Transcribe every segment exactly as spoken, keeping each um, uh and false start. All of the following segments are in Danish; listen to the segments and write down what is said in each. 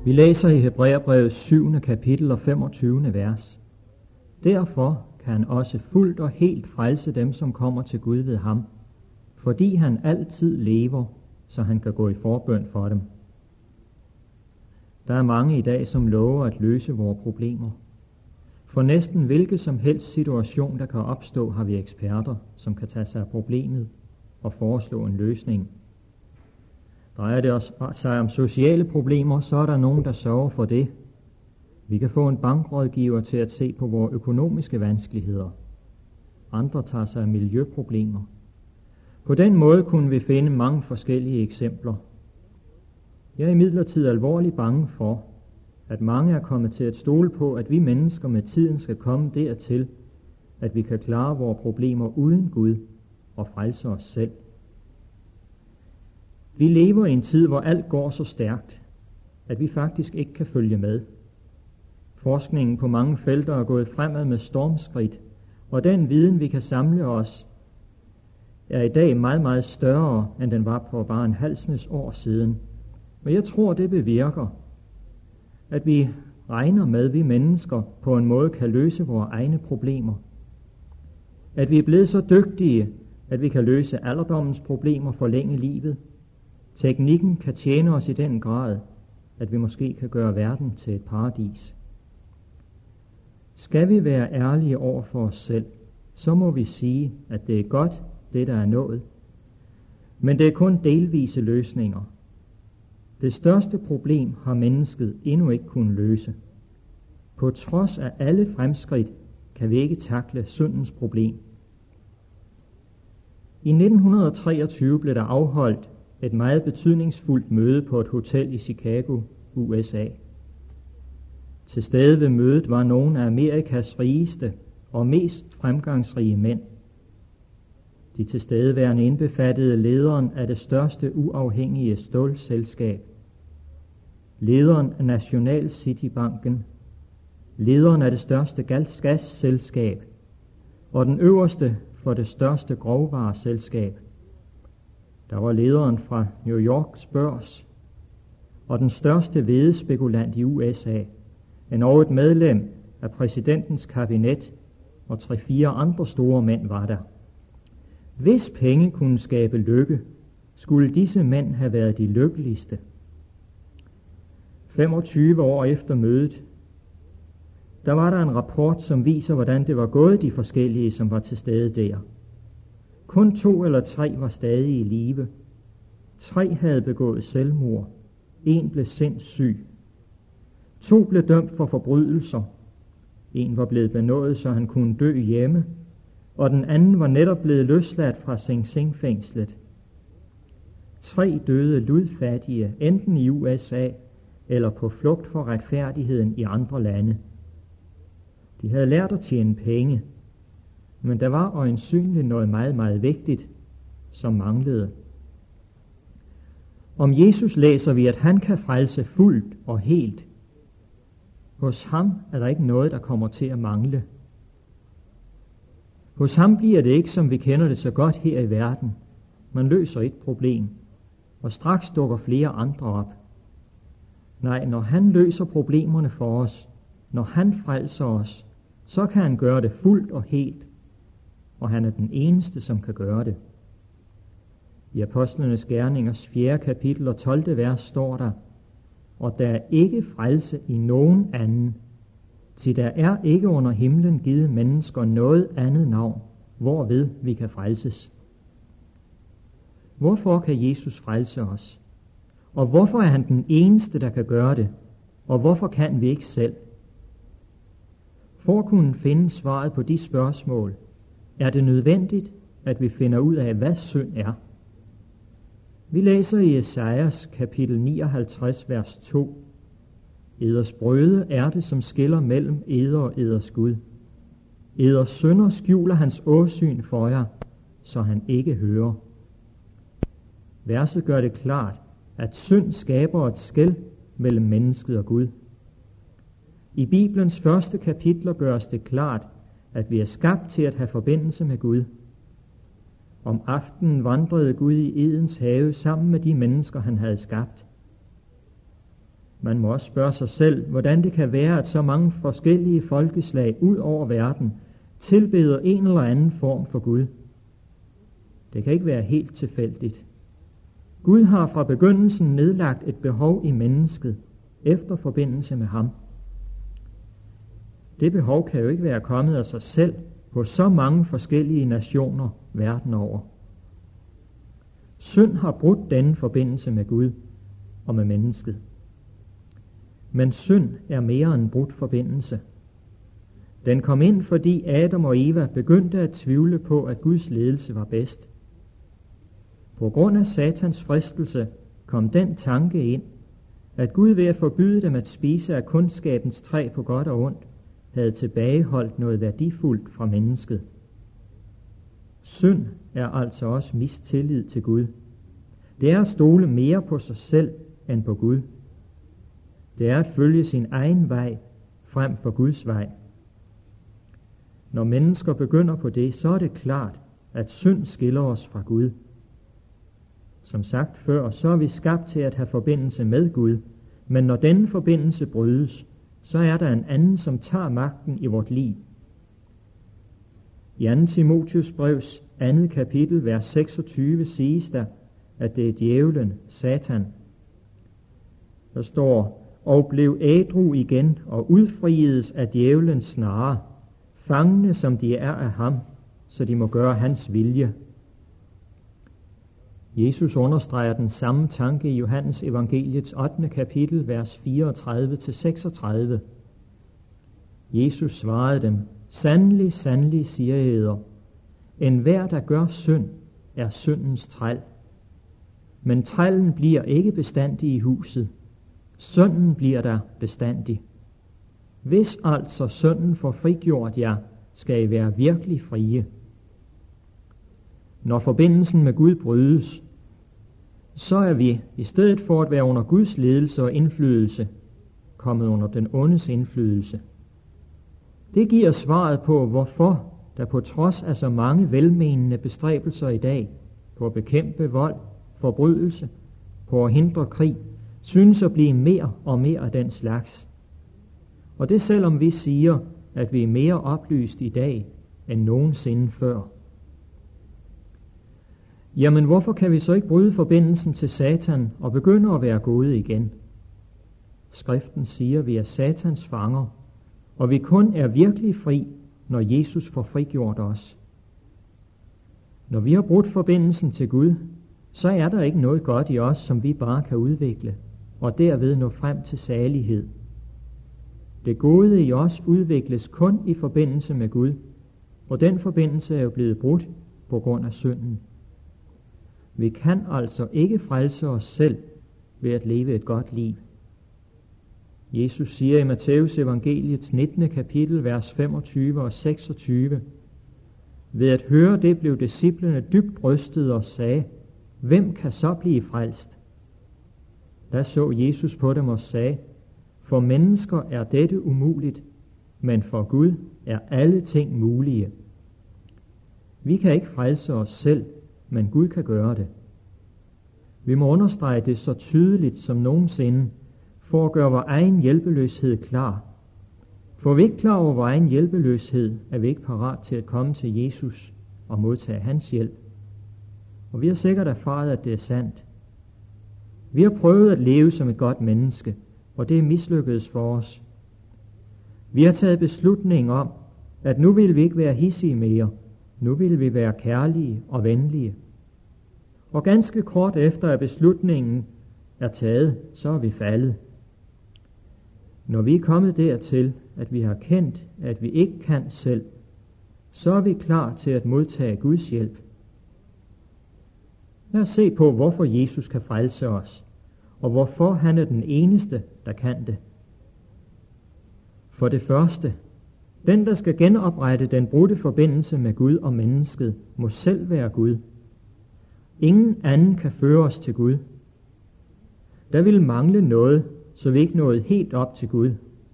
Vi læser i Hebræerbrevets syvende kapitel og femogtyvende vers. Derfor kan han også fuldt og helt frelse dem, som kommer til Gud ved ham, fordi han altid lever, så han kan gå i forbøn for dem. Der er mange i dag, som lover at løse vores problemer. For næsten hvilken som helst situation, der kan opstå, har vi eksperter, som kan tage sig af problemet og foreslå en løsning. Drejer det sig om sociale problemer, så er der nogen, der sørger for det. Vi kan få en bankrådgiver til at se på vores økonomiske vanskeligheder. Andre tager sig af miljøproblemer. På den måde kunne vi finde mange forskellige eksempler. Jeg er imidlertid alvorligt bange for, at mange er kommet til at stole på, at vi mennesker med tiden skal komme dertil, at vi kan klare vores problemer uden Gud og frelse os selv. Vi lever i en tid, hvor alt går så stærkt, at vi faktisk ikke kan følge med. Forskningen på mange felter er gået fremad med stormskridt, og den viden, vi kan samle os, er i dag meget, meget større, end den var for bare en halvsnes år siden. Og jeg tror, det bevirker, at vi regner med, at vi mennesker på en måde kan løse vores egne problemer. At vi er blevet så dygtige, at vi kan løse alderdommens problemer, forlænge livet. Teknikken kan tjene os i den grad, at vi måske kan gøre verden til et paradis. Skal vi være ærlige over for os selv, så må vi sige, at det er godt, det der er nået. Men det er kun delvise løsninger. Det største problem har mennesket endnu ikke kunnet løse. På trods af alle fremskridt kan vi ikke takle syndens problem. I nitten treogtyve blev der afholdt et meget betydningsfuldt møde på et hotel i Chicago, U S A. Til stede ved mødet var nogle af Amerikas rigeste og mest fremgangsrige mænd. De tilstedeværende indbefattede lederen af det største uafhængige stålselskab, lederen af National City-banken, lederen af det største gasselskab og den øverste for det største grovvareselskab. Der var lederen fra New Yorks børs og den største hvedespekulant i U S A, endog et medlem af præsidentens kabinet, og tre-fire andre store mænd var der. Hvis penge kunne skabe lykke, skulle disse mænd have været de lykkeligste. femogtyve år efter mødet, der var der en rapport, som viser, hvordan det var gået de forskellige, som var til stede der. Kun to eller tre var stadig i live. Tre havde begået selvmord. En blev sindssyg. To blev dømt for forbrydelser. En var blevet benådet, så han kunne dø hjemme, og den anden var netop blevet løsladt fra Sing Sing-fængslet. Tre døde ludfattige, enten i U S A eller på flugt for retfærdigheden i andre lande. De havde lært at tjene penge, men der var øjensynligt noget meget, meget vigtigt, som manglede. Om Jesus læser vi, at han kan frelse fuldt og helt. Hos ham er der ikke noget, der kommer til at mangle. Hos ham bliver det ikke, som vi kender det så godt her i verden. Man løser et problem, og straks dukker flere andre op. Nej, når han løser problemerne for os, når han frelser os, så kan han gøre det fuldt og helt, og han er den eneste, som kan gøre det. I Apostlenes Gerningers fjerde kapitel og tolvte vers står der, og der er ikke frelse i nogen anden, til der er ikke under himlen givet mennesker noget andet navn, hvorved vi kan frelses. Hvorfor kan Jesus frelse os? Og hvorfor er han den eneste, der kan gøre det? Og hvorfor kan vi ikke selv? For at kunne finde svaret på de spørgsmål, er det nødvendigt, at vi finder ud af, hvad synd er. Vi læser i Esajas kapitel nioghalvtreds, vers to. Eders brøde er det, som skiller mellem eder og eders Gud. Eders synder skjuler hans åsyn for jer, så han ikke hører. Verset gør det klart, at synd skaber et skel mellem mennesket og Gud. I Bibelens første kapitler gøres det klart, at vi er skabt til at have forbindelse med Gud. Om aftenen vandrede Gud i Edens have sammen med de mennesker, han havde skabt. Man må også spørge sig selv, hvordan det kan være, at så mange forskellige folkeslag ud over verden tilbeder en eller anden form for Gud. Det kan ikke være helt tilfældigt. Gud har fra begyndelsen nedlagt et behov i mennesket efter forbindelse med ham. Det behov kan jo ikke være kommet af sig selv på så mange forskellige nationer verden over. Synd har brudt denne forbindelse med Gud og med mennesket. Men synd er mere end brudt forbindelse. Den kom ind, fordi Adam og Eva begyndte at tvivle på, at Guds ledelse var bedst. På grund af Satans fristelse kom den tanke ind, at Gud ved at forbyde dem at spise af kundskabens træ på godt og ondt, havde tilbageholdt noget værdifuldt fra mennesket. Synd er altså også mistillid til Gud. Det er at stole mere på sig selv end på Gud. Det er at følge sin egen vej frem for Guds vej. Når mennesker begynder på det, så er det klart, at synd skiller os fra Gud. Som sagt før, så er vi skabt til at have forbindelse med Gud, men når denne forbindelse brydes, så er der en anden, som tager magten i vort liv. I anden Timotheus brevs andet kapitel, vers seksogtyve, siges der, at det er djævlen, Satan. Der står, og blev ædru igen og udfriedes af djævelens snare, fangne som de er af ham, så de må gøre hans vilje. Jesus understreger den samme tanke i Johannes evangeliets ottende kapitel, vers fireogtredive til seksogtredive. Jesus svarede dem, sandelig, sandelig, siger jeg eder, enhver, der gør synd, er syndens træl. Men trællen bliver ikke bestandig i huset, synden bliver der bestandig. Hvis altså synden får frigjort jer, skal I være virkelig frie. Når forbindelsen med Gud brydes, så er vi, i stedet for at være under Guds ledelse og indflydelse, kommet under den ondes indflydelse. Det giver svaret på, hvorfor der på trods af så mange velmenende bestræbelser i dag på at bekæmpe vold, forbrydelse, på at hindre krig, synes at blive mere og mere af den slags. Og det selvom vi siger, at vi er mere oplyst i dag end nogensinde før. Jamen hvorfor kan vi så ikke bryde forbindelsen til Satan og begynde at være gode igen? Skriften siger, at vi er Satans fanger, og vi kun er virkelig fri, når Jesus får frigjort os. Når vi har brudt forbindelsen til Gud, så er der ikke noget godt i os, som vi bare kan udvikle, og derved nå frem til salighed. Det gode i os udvikles kun i forbindelse med Gud, og den forbindelse er jo blevet brudt på grund af synden. Vi kan altså ikke frelse os selv ved at leve et godt liv. Jesus siger i Matthæus evangeliets nittende kapitel, vers femogtyve og seksogtyve, ved at høre det blev disciplene dybt rystet og sagde, hvem kan så blive frelst? Da så Jesus på dem og sagde, for mennesker er dette umuligt, men for Gud er alle ting mulige. Vi kan ikke frelse os selv, men Gud kan gøre det. Vi må understrege det så tydeligt som nogensinde, for at gøre vores egen hjælpeløshed klar. For vi ikke klar over vores egen hjælpeløshed, er vi ikke parat til at komme til Jesus og modtage hans hjælp. Og vi har sikkert erfaret, at det er sandt. Vi har prøvet at leve som et godt menneske, og det er mislykkedes for os. Vi har taget beslutning om, at nu vil vi ikke være hidsige mere. Nu vil vi være kærlige og venlige. Og ganske kort efter, at beslutningen er taget, så er vi faldet. Når vi er kommet dertil, at vi har kendt, at vi ikke kan selv, så er vi klar til at modtage Guds hjælp. Lad os se på, hvorfor Jesus kan frelse os, og hvorfor han er den eneste, der kan det. For det første, den, der skal genoprette den brudte forbindelse med Gud og mennesket, må selv være Gud. Ingen anden kan føre os til Gud. Der vil mangle noget, så vi ikke nåede helt op til Gud.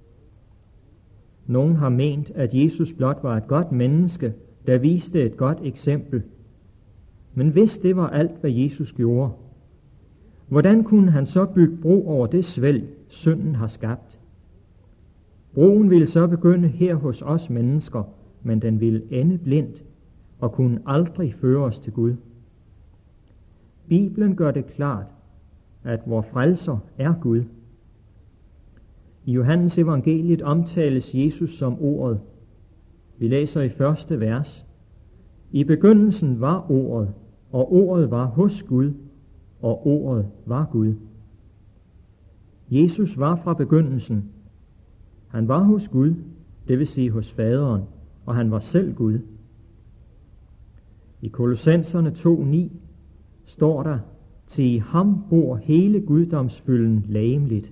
Nogen har ment, at Jesus blot var et godt menneske, der viste et godt eksempel. Men hvis det var alt, hvad Jesus gjorde, hvordan kunne han så bygge bro over det svælg, synden har skabt? Broen ville så begynde her hos os mennesker, men den ville ende blindt og kunne aldrig føre os til Gud. Bibelen gør det klart, at vor frelser er Gud. I Johannes evangeliet omtales Jesus som ordet. Vi læser i første vers: I begyndelsen var ordet, og ordet var hos Gud, og ordet var Gud. Jesus var fra begyndelsen. Han var hos Gud, det vil sige hos Faderen, og han var selv Gud. I Kolossenserne to ni står der: Til i ham bor hele guddomsfylden legemligt.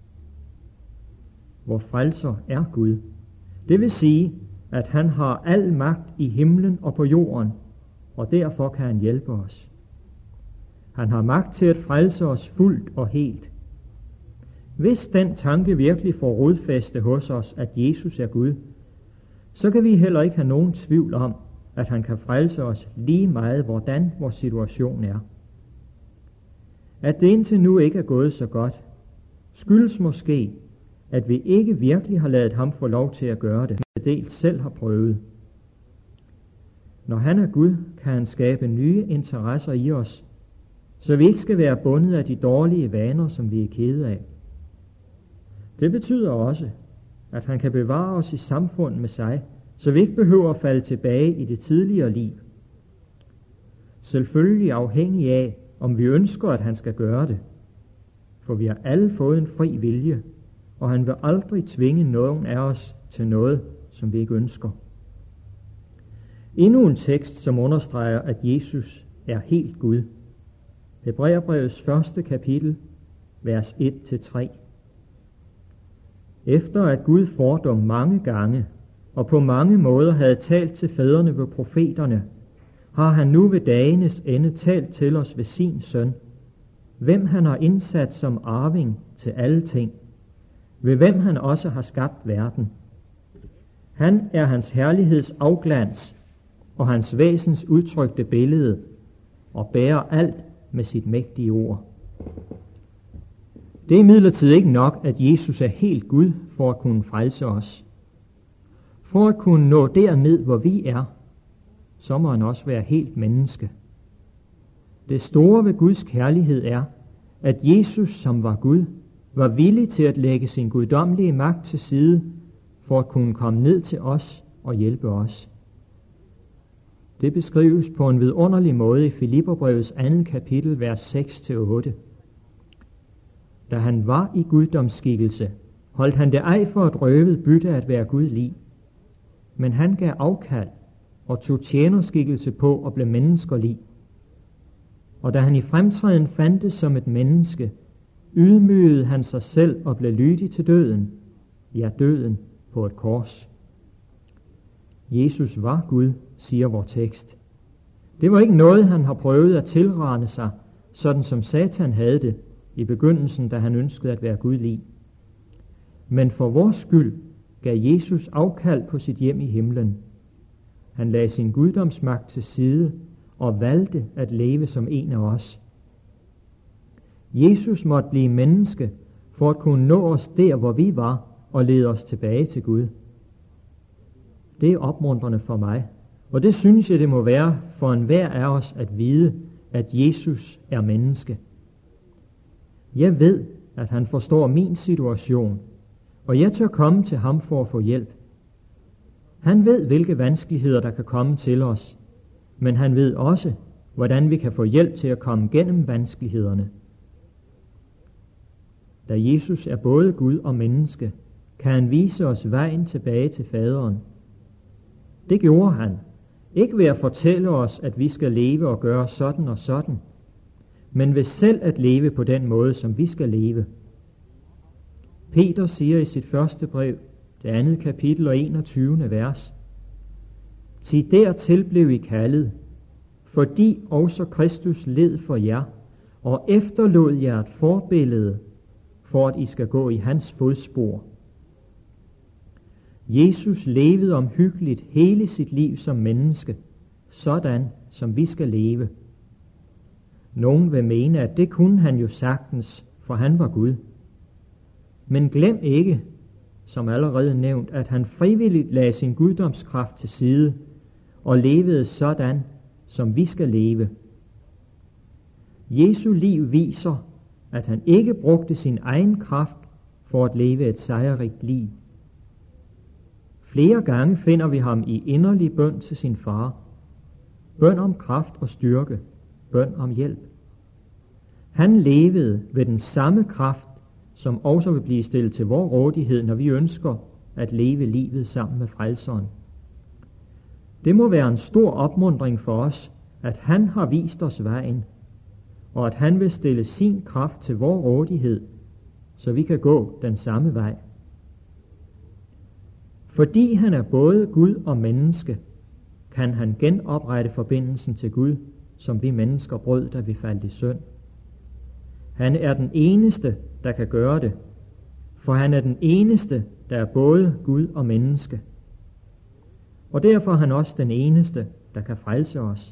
Vor frelser er Gud. Det vil sige, at han har al magt i himlen og på jorden, og derfor kan han hjælpe os. Han har magt til at frelse os fuldt og helt. Hvis den tanke virkelig får rodfæste hos os, at Jesus er Gud, så kan vi heller ikke have nogen tvivl om, at han kan frelse os lige meget, hvordan vores situation er. At det indtil nu ikke er gået så godt, skyldes måske, at vi ikke virkelig har ladet ham få lov til at gøre det, men dels selv har prøvet. Når han er Gud, kan han skabe nye interesser i os, så vi ikke skal være bundet af de dårlige vaner, som vi er kede af. Det betyder også, at han kan bevare os i samfund med sig, så vi ikke behøver at falde tilbage i det tidligere liv. Selvfølgelig afhængig af, om vi ønsker, at han skal gøre det. For vi har alle fået en fri vilje, og han vil aldrig tvinge nogen af os til noget, som vi ikke ønsker. Endnu en tekst, som understreger, at Jesus er helt Gud. Hebræerbrevets første kapitel, vers et til tre. Efter at Gud fordom mange gange, og på mange måder havde talt til fædrene ved profeterne, har han nu ved dagenes ende talt til os ved sin søn, hvem han har indsat som arving til alle ting, ved hvem han også har skabt verden. Han er hans herligheds afglans og hans væsens udtrykte billede, og bærer alt med sit mægtige ord. Det er imidlertid ikke nok, at Jesus er helt Gud for at kunne frelse os. For at kunne nå derned, hvor vi er, så må han også være helt menneske. Det store ved Guds kærlighed er, at Jesus, som var Gud, var villig til at lægge sin guddommelige magt til side, for at kunne komme ned til os og hjælpe os. Det beskrives på en vidunderlig måde i Filipperbrevets andet kapitel, vers seks til otte. Da han var i guddomsskikkelse, holdt han det ej for et røvet bytte at være Gud lig. Men han gav afkald og tog tjenerskikkelse på og blev menneskelig. Og da han i fremtræden fandtes som et menneske, ydmygede han sig selv og blev lydig til døden, ja døden på et kors. Jesus var Gud, siger vor tekst. Det var ikke noget, han har prøvet at tilrane sig, sådan som Satan havde det i begyndelsen, da han ønskede at være Gud lig. Men for vores skyld gav Jesus afkald på sit hjem i himlen. Han lagde sin guddomsmagt til side og valgte at leve som en af os. Jesus måtte blive menneske for at kunne nå os der, hvor vi var, og lede os tilbage til Gud. Det er opmuntrende for mig, og det synes jeg, det må være for enhver af os at vide, at Jesus er menneske. Jeg ved, at han forstår min situation, og jeg tør komme til ham for at få hjælp. Han ved, hvilke vanskeligheder der kan komme til os, men han ved også, hvordan vi kan få hjælp til at komme gennem vanskelighederne. Da Jesus er både Gud og menneske, kan han vise os vejen tilbage til Faderen. Det gjorde han, ikke ved at fortælle os, at vi skal leve og gøre sådan og sådan, men ved selv at leve på den måde, som vi skal leve. Peter siger i sit første brev, det andet kapitel og enogtyvende vers: Til dertil blev I kaldet, fordi også Kristus led for jer, og efterlod jer et forbillede, for at I skal gå i hans fodspor. Jesus levede omhyggeligt hele sit liv som menneske, sådan som vi skal leve. Nogen vil mene, at det kunne han jo sagtens, for han var Gud. Men glem ikke, som allerede nævnt, at han frivilligt lagde sin guddomskraft til side og levede sådan, som vi skal leve. Jesu liv viser, at han ikke brugte sin egen kraft for at leve et sejrrigt liv. Flere gange finder vi ham i inderlig bøn til sin far. Bøn om kraft og styrke. Bøn om hjælp. Han levede ved den samme kraft, som også vil blive stillet til vor rådighed, når vi ønsker at leve livet sammen med Frelseren. Det må være en stor opmuntring for os, at han har vist os vejen, og at han vil stille sin kraft til vor rådighed, så vi kan gå den samme vej. Fordi han er både Gud og menneske, kan han genoprette forbindelsen til Gud, som vi mennesker brød, da vi faldt i synd. Han er den eneste, der kan gøre det, for han er den eneste, der er både Gud og menneske. Og derfor er han også den eneste, der kan frelse os.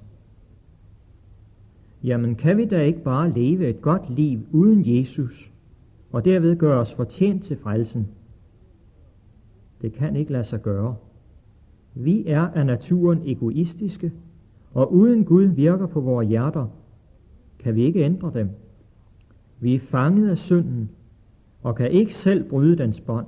Jamen kan vi da ikke bare leve et godt liv uden Jesus, og derved gøre os fortjent til frelsen? Det kan ikke lade sig gøre. Vi er af naturen egoistiske, og uden Gud virker på vores hjerter, kan vi ikke ændre dem. Vi er fanget af synden, og kan ikke selv bryde dens bånd.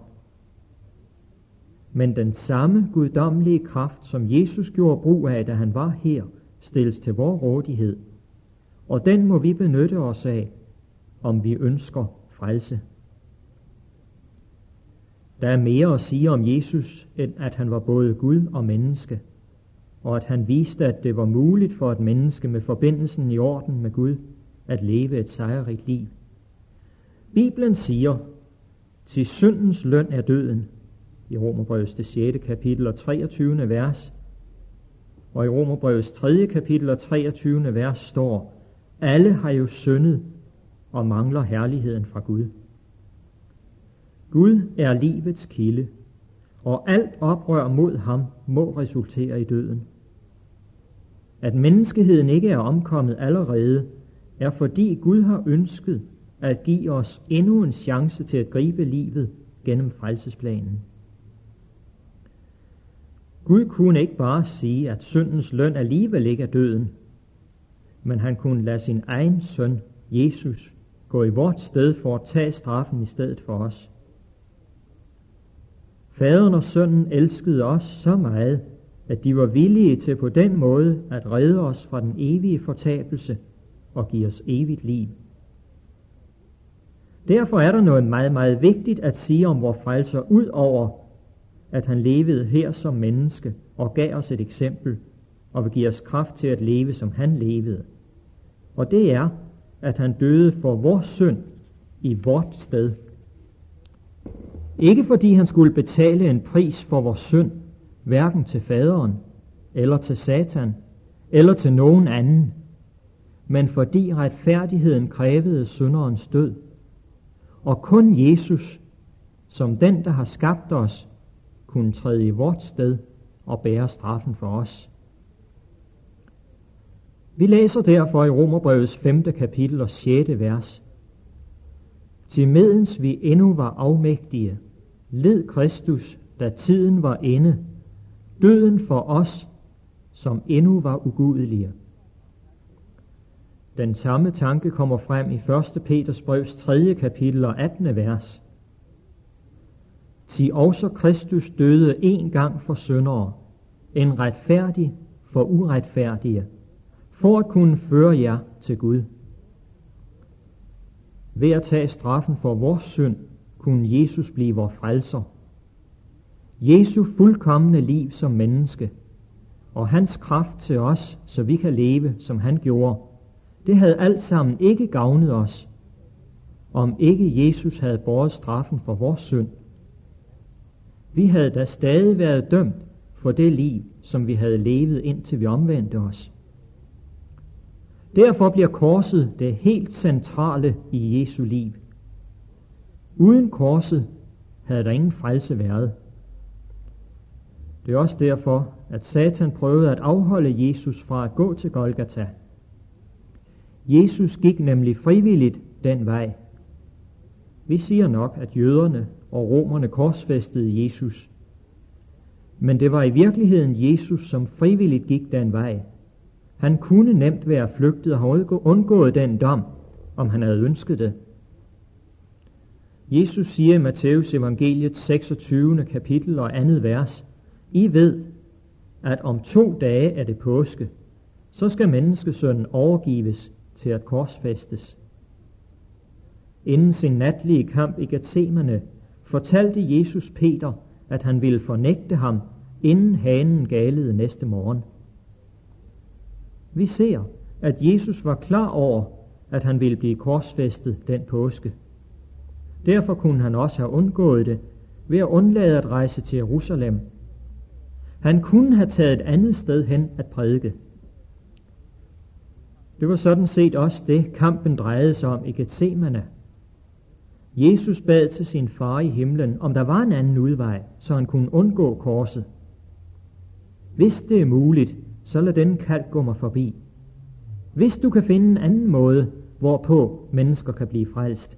Men den samme guddommelige kraft, som Jesus gjorde brug af, da han var her, stilles til vor rådighed, og den må vi benytte os af, om vi ønsker frelse. Der er mere at sige om Jesus, end at han var både Gud og menneske, og at han viste, at det var muligt for et menneske med forbindelsen i orden med Gud at leve et sejrrigt liv. Bibelen siger, til syndens løn er døden, i Romerbrevets det sjette kapitel og treogtyvende vers, og i Romerbrevets tredje kapitel og treogtyvende vers står, alle har jo syndet og mangler herligheden fra Gud. Gud er livets kilde, og alt oprør mod ham må resultere i døden. At menneskeheden ikke er omkommet allerede, er fordi Gud har ønsket at give os endnu en chance til at gribe livet gennem frelsesplanen. Gud kunne ikke bare sige, at syndens løn alligevel ikke er døden, men han kunne lade sin egen søn, Jesus, gå i vort sted for at tage straffen i stedet for os. Faderen og sønnen elskede os så meget, at de var villige til på den måde at redde os fra den evige fortabelse og give os evigt liv. Derfor er der noget meget, meget vigtigt at sige om vor frelser, ud over at han levede her som menneske og gav os et eksempel og vil give os kraft til at leve, som han levede. Og det er, at han døde for vores synd i vort sted. Ikke fordi han skulle betale en pris for vores synd, hverken til faderen, eller til Satan, eller til nogen anden, men fordi retfærdigheden krævede synderens død. Og kun Jesus, som den, der har skabt os, kunne træde i vort sted og bære straffen for os. Vi læser derfor i Romerbrevets femte kapitel og sjette vers. Til medens vi endnu var afmægtige, led Kristus, da tiden var inde, døden for os, som endnu var ugudelige. Den samme tanke kommer frem i første Peters brevs tredje kapitel og attende vers. Til også Kristus døde en gang for syndere, en retfærdig for uretfærdige, for at kunne føre jer til Gud. Ved at tage straffen for vores synd, kunne Jesus blive vor frelser. Jesu fuldkomne liv som menneske, og hans kraft til os, så vi kan leve, som han gjorde, det havde alt sammen ikke gavnet os, om ikke Jesus havde båret straffen for vores synd. Vi havde da stadig været dømt for det liv, som vi havde levet, indtil vi omvendte os. Derfor bliver korset det helt centrale i Jesu liv. Uden korset havde der ingen frelse været. Det er også derfor, at Satan prøvede at afholde Jesus fra at gå til Golgata. Jesus gik nemlig frivilligt den vej. Vi siger nok, at jøderne og romerne korsfæstede Jesus. Men det var i virkeligheden Jesus, som frivilligt gik den vej. Han kunne nemt være flygtet og have undgået den dom, om han havde ønsket det. Jesus siger i Matteus evangeliets seksogtyvende kapitel og andet vers: I ved, at om to dage er det påske, så skal menneskesønnen overgives til at korsfæstes. Inden sin natlige kamp i Getsemane fortalte Jesus Peter, at han ville fornægte ham, inden hanen galede næste morgen. Vi ser, at Jesus var klar over, at han ville blive korsfæstet den påske. Derfor kunne han også have undgået det ved at undlade at rejse til Jerusalem. Han kunne have taget et andet sted hen at prædike. Det var sådan set også det, kampen drejede sig om i Getsemane. Jesus bad til sin far i himlen, om der var en anden udvej, så han kunne undgå korset. Hvis det er muligt, så lad denne kalk gå mig forbi. Hvis du kan finde en anden måde, hvorpå mennesker kan blive frelst.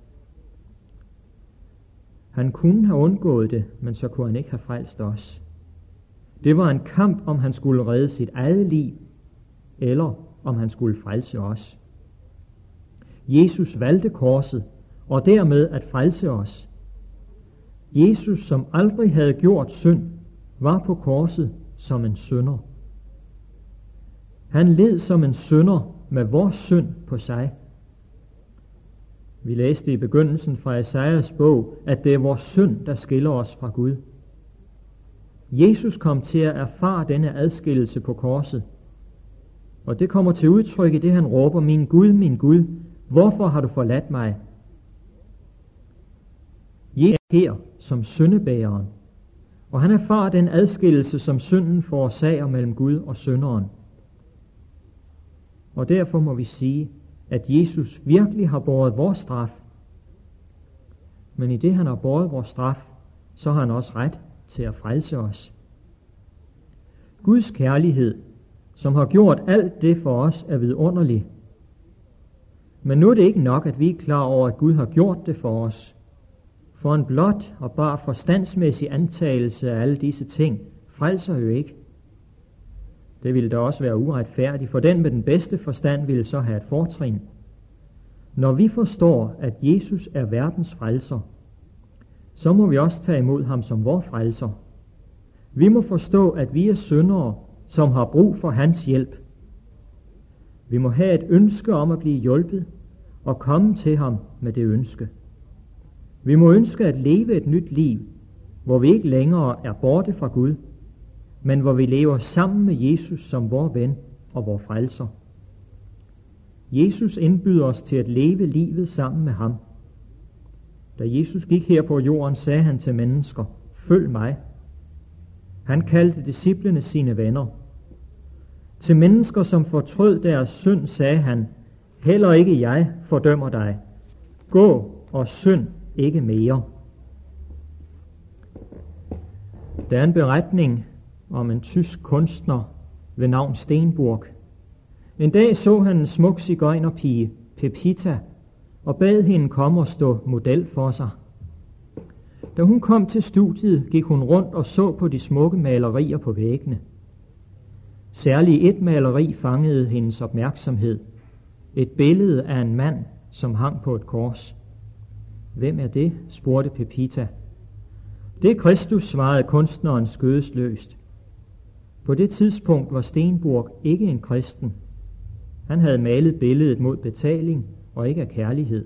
Han kunne have undgået det, men så kunne han ikke have frelst os. Det var en kamp, om han skulle redde sit eget liv, eller om han skulle frelse os. Jesus valgte korset, og dermed at frelse os. Jesus, som aldrig havde gjort synd, var på korset som en synder. Han led som en synder med vores synd på sig. Vi læste i begyndelsen fra Esajas bog, at det er vores synd, der skiller os fra Gud. Jesus kom til at erfare denne adskillelse på korset, og det kommer til udtryk i det, han råber: Min Gud, min Gud, hvorfor har du forladt mig? Jesus er her som syndebæreren, og han erfarer den adskillelse, som synden forårsager mellem Gud og synderen. Og derfor må vi sige, at Jesus virkelig har båret vores straf. Men i det, han har båret vores straf, så har han også ret til at frelse os. Guds kærlighed, som har gjort alt det for os, er vidunderlig. Men nu er det ikke nok, at vi er klar over, at Gud har gjort det for os. For en blot og bare forstandsmæssig antagelse af alle disse ting frelser jo ikke. Det ville da også være uretfærdigt, for den med den bedste forstand ville så have et fortrin. Når vi forstår, at Jesus er verdens frelser, så må vi også tage imod ham som vor frelser. Vi må forstå, at vi er syndere, som har brug for hans hjælp. Vi må have et ønske om at blive hjulpet og komme til ham med det ønske. Vi må ønske at leve et nyt liv, hvor vi ikke længere er borte fra Gud, men hvor vi lever sammen med Jesus som vor ven og vor frelser. Jesus indbyder os til at leve livet sammen med ham. Da Jesus gik her på jorden, sagde han til mennesker: Følg mig. Han kaldte disciplene sine venner. Til mennesker, som fortrød deres synd, sagde han: Heller ikke jeg fordømmer dig. Gå og synd ikke mere. Der er en beretning om en tysk kunstner ved navn Stenburg. En dag så han en smuk sigøjnerpige, Pepita, og bad hende komme og stå model for sig. Da hun kom til studiet, gik hun rundt og så på de smukke malerier på væggene. Særligt et maleri fangede hendes opmærksomhed. Et billede af en mand, som hang på et kors. Hvem er det? Spurgte Pepita. Det er Kristus, svarede kunstneren skødesløst. På det tidspunkt var Stenburg ikke en kristen. Han havde malet billedet mod betaling og ikke af kærlighed.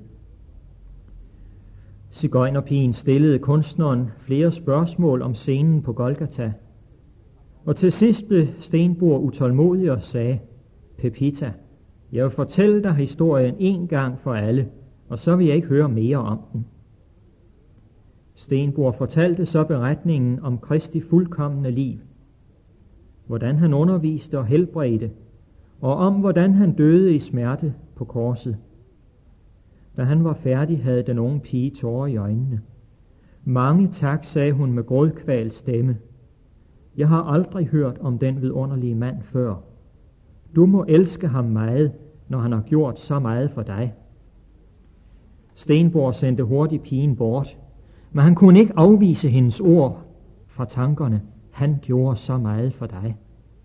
Sigøjnerpigen stillede kunstneren flere spørgsmål om scenen på Golgata. Og til sidst blev Stenburg utålmodig og sagde: Pepita, jeg vil fortælle dig historien en gang for alle, og så vil jeg ikke høre mere om den. Stenburg fortalte så beretningen om Kristi fuldkomne liv, hvordan han underviste og helbredte, og om hvordan han døde i smerte på korset. Da han var færdig, havde den unge pige tårer i øjnene. Mange tak, sagde hun med grådkvalt stemme. Jeg har aldrig hørt om den vidunderlige mand før. Du må elske ham meget, når han har gjort så meget for dig. Stenborg sendte hurtigt pigen bort, men han kunne ikke afvise hendes ord fra tankerne. Han gjorde så meget for dig.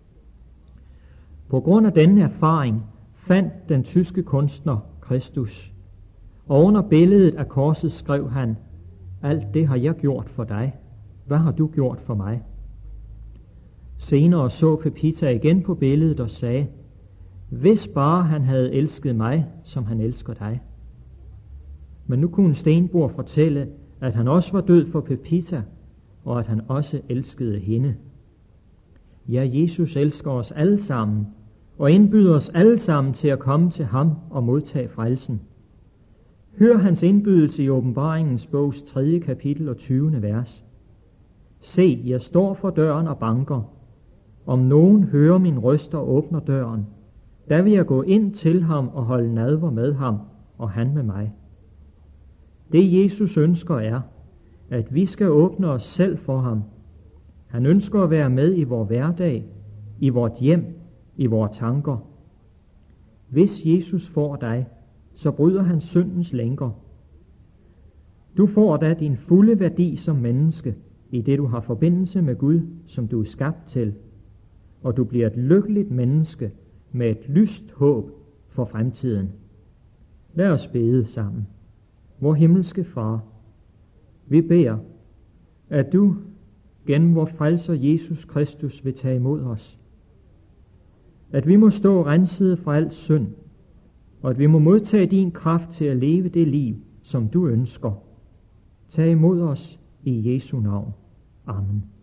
På grund af denne erfaring fandt den tyske kunstner Kristus, og under billedet af korset skrev han: alt det har jeg gjort for dig. Hvad har du gjort for mig? Senere så Pepita igen på billedet og sagde: hvis bare han havde elsket mig, som han elsker dig. Men nu kunne Stenborg fortælle, at han også var død for Pepita, og at han også elskede hende. Ja, Jesus elsker os alle sammen, og indbyder os alle sammen til at komme til ham og modtage frelsen. Hør hans indbydelse i Åbenbaringens bogs tredje kapitel og tyvende vers. Se, jeg står for døren og banker. Om nogen hører min røst og åbner døren, der vil jeg gå ind til ham og holde nadver med ham, og han med mig. Det Jesus ønsker er, at vi skal åbne os selv for ham. Han ønsker at være med i vor hverdag, i vort hjem, i vores tanker. Hvis Jesus får dig, så bryder han syndens lænker. Du får da din fulde værdi som menneske, i det du har forbindelse med Gud, som du er skabt til, og du bliver et lykkeligt menneske med et lyst håb for fremtiden. Lad os bede sammen. Vor himmelske Far, vi beder, at du gennem vor frelser Jesus Kristus vil tage imod os. At vi må stå renset fra al synd, og at vi må modtage din kraft til at leve det liv, som du ønsker. Tag imod os i Jesu navn. Amen.